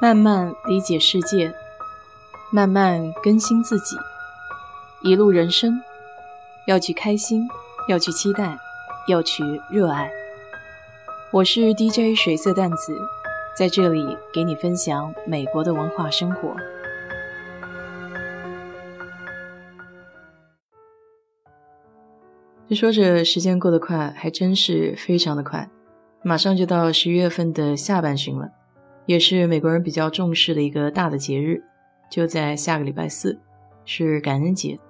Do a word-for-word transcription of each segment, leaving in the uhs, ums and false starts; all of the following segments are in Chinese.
慢慢理解世界，慢慢更新自己，一路人生，要去开心，要去期待，要去热爱。我是 D J 水色淡子，在这里给你分享美国的文化生活。就说着时间过得快，还真是非常的快，马上就到十一月份的下半旬了，也是美国人比较重视的一个大的节日，就在下个礼拜四，是感恩节。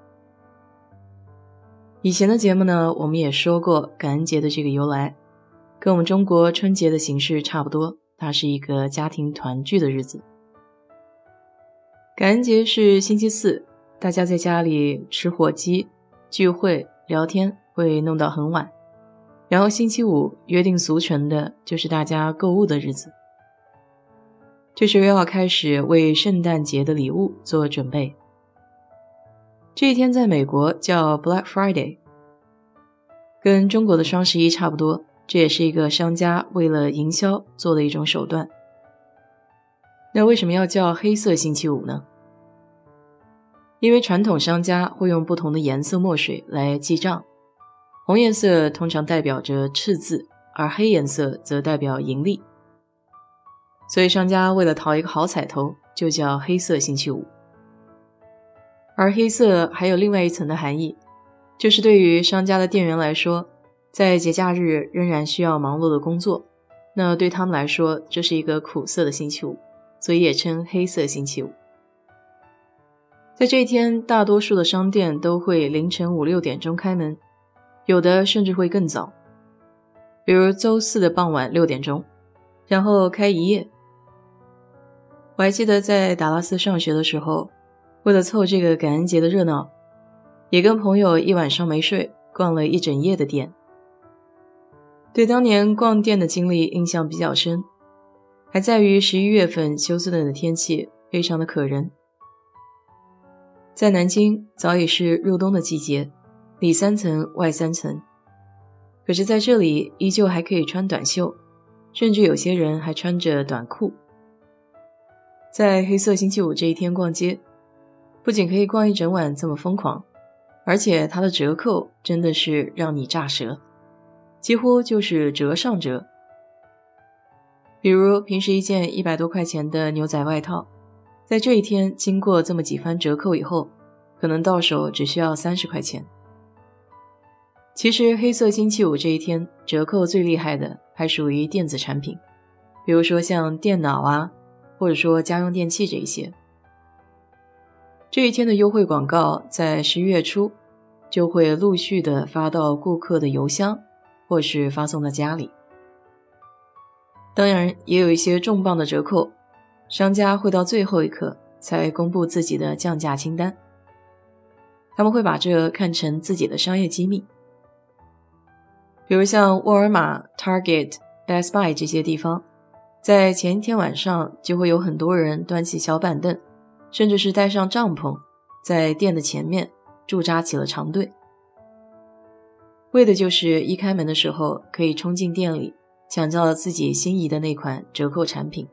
以前的节目呢，我们也说过感恩节的这个由来，跟我们中国春节的形式差不多，它是一个家庭团聚的日子。感恩节是星期四，大家在家里吃火鸡、聚会、聊天，会弄到很晚，然后星期五约定俗成的就是大家购物的日子，这时又要开始为圣诞节的礼物做准备。这一天在美国叫 Black Friday， 跟中国的双十一差不多，这也是一个商家为了营销做的一种手段。那为什么要叫黑色星期五呢？因为传统商家会用不同的颜色墨水来记账，红颜色通常代表着赤字，而黑颜色则代表盈利，所以商家为了讨一个好彩头，就叫黑色星期五。而黑色还有另外一层的含义，就是对于商家的店员来说，在节假日仍然需要忙碌的工作，那对他们来说这是一个苦涩的星期五，所以也称黑色星期五。在这一天，大多数的商店都会凌晨五六点钟开门，有的甚至会更早，比如周四的傍晚六点钟，然后开一夜。我还记得在达拉斯上学的时候，为了凑这个感恩节的热闹，也跟朋友一晚上没睡，逛了一整夜的店。对当年逛店的经历印象比较深，还在于十一月份休斯顿的天气非常的可人。在南京早已是入冬的季节，里三层外三层，可是在这里依旧还可以穿短袖，甚至有些人还穿着短裤。在黑色星期五这一天逛街，不仅可以逛一整晚这么疯狂，而且它的折扣真的是让你炸舌，几乎就是折上折。比如平时一件一百多块钱的牛仔外套，在这一天经过这么几番折扣以后，可能到手只需要三十块钱。其实黑色星期五这一天折扣最厉害的还属于电子产品，比如说像电脑啊，或者说家用电器这一些。这一天的优惠广告在十一月初就会陆续的发到顾客的邮箱，或是发送到家里。当然也有一些重磅的折扣，商家会到最后一刻才公布自己的降价清单，他们会把这看成自己的商业机密。比如像沃尔玛、Target、Best Buy 这些地方，在前一天晚上就会有很多人端起小板凳，甚至是带上帐篷，在店的前面驻扎起了长队，为的就是一开门的时候可以冲进店里，抢到自己心仪的那款折扣产品。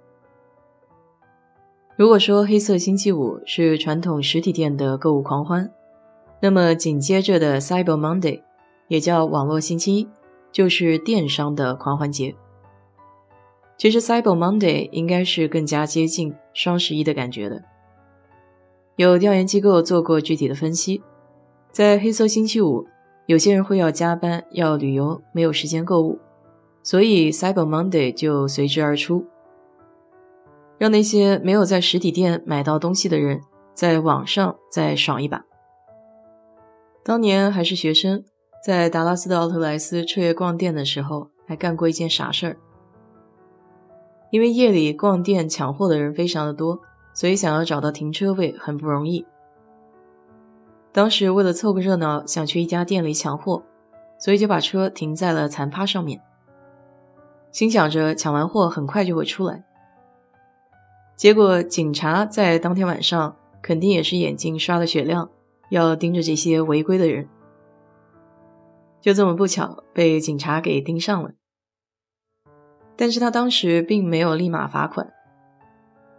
如果说黑色星期五是传统实体店的购物狂欢，那么紧接着的 Cyber Monday， 也叫网络星期一，就是电商的狂欢节。其实 Cyber Monday 应该是更加接近双十一的感觉的。有调研机构做过具体的分析，在黑色星期五，有些人会要加班，要旅游，没有时间购物，所以 Cyber Monday 就随之而出，让那些没有在实体店买到东西的人在网上再爽一把。当年还是学生，在达拉斯的奥特莱斯彻夜逛店的时候，还干过一件傻事儿。因为夜里逛店抢货的人非常的多，所以想要找到停车位很不容易。当时为了凑个热闹，想去一家店里抢货，所以就把车停在了残趴上面，心想着抢完货很快就会出来。结果警察在当天晚上肯定也是眼睛刷了雪亮，要盯着这些违规的人。就这么不巧被警察给盯上了，但是他当时并没有立马罚款，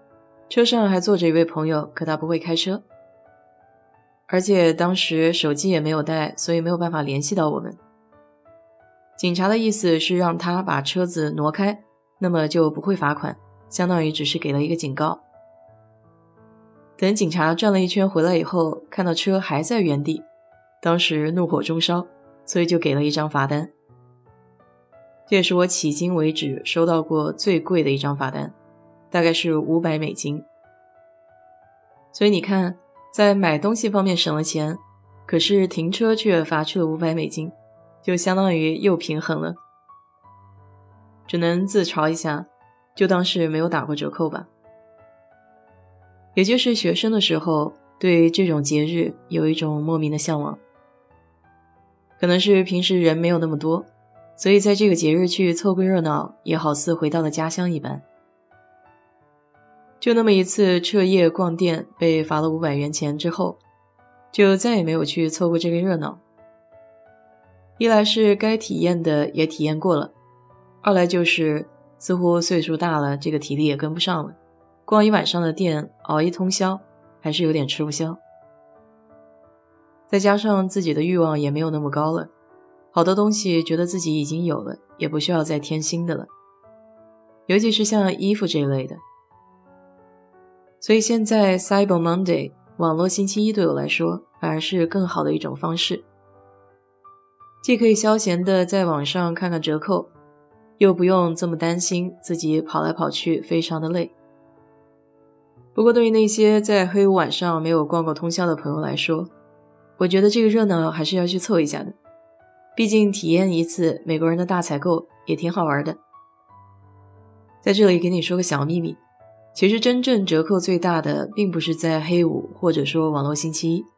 车上还坐着一位朋友，可他不会开车，而且当时手机也没有带，所以没有办法联系到我们。警察的意思是让他把车子挪开，那么就不会罚款，相当于只是给了一个警告。等警察转了一圈回来以后，看到车还在原地，当时怒火中烧，所以就给了一张罚单。这也是我迄今为止收到过最贵的一张罚单，大概是五百美金。所以你看，在买东西方面省了钱，可是停车却罚去了五百美金，就相当于又平衡了。只能自嘲一下，就当是没有打过折扣吧。也就是学生的时候，对这种节日有一种莫名的向往。可能是平时人没有那么多，所以在这个节日去凑个热闹，也好似回到了家乡一般。就那么一次彻夜逛店被罚了五百元钱之后，就再也没有去凑过这个热闹。一来是该体验的也体验过了，二来就是似乎岁数大了，这个体力也跟不上了，逛一晚上的店，熬一通宵，还是有点吃不消。再加上自己的欲望也没有那么高了，好多东西觉得自己已经有了，也不需要再添新的了，尤其是像衣服这一类的。所以现在 Cyber Monday 网络星期一对我来说反而是更好的一种方式，既可以消闲的在网上看看折扣，又不用这么担心自己跑来跑去非常的累。不过对于那些在黑五晚上没有逛过通宵的朋友来说，我觉得这个热闹还是要去凑一下的，毕竟体验一次美国人的大采购也挺好玩的。在这里给你说个小秘密，其实真正折扣最大的并不是在黑五或者说网络星期一，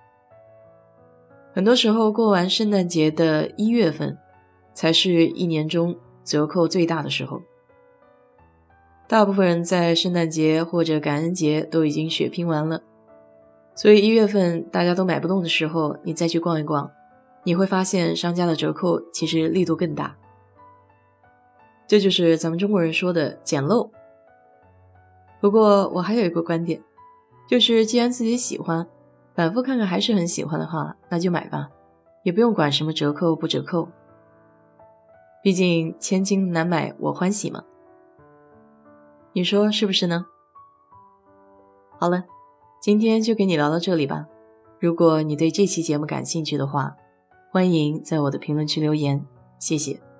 很多时候过完圣诞节的一月份才是一年中折扣最大的时候。大部分人在圣诞节或者感恩节都已经血拼完了，所以一月份大家都买不动的时候，你再去逛一逛，你会发现商家的折扣其实力度更大。这就是咱们中国人说的捡漏。不过我还有一个观点，就是既然自己喜欢，反复看看还是很喜欢的话，那就买吧，也不用管什么折扣不折扣。毕竟千金难买我欢喜嘛。你说是不是呢？好了，今天就给你聊到这里吧。如果你对这期节目感兴趣的话，欢迎在我的评论区留言，谢谢。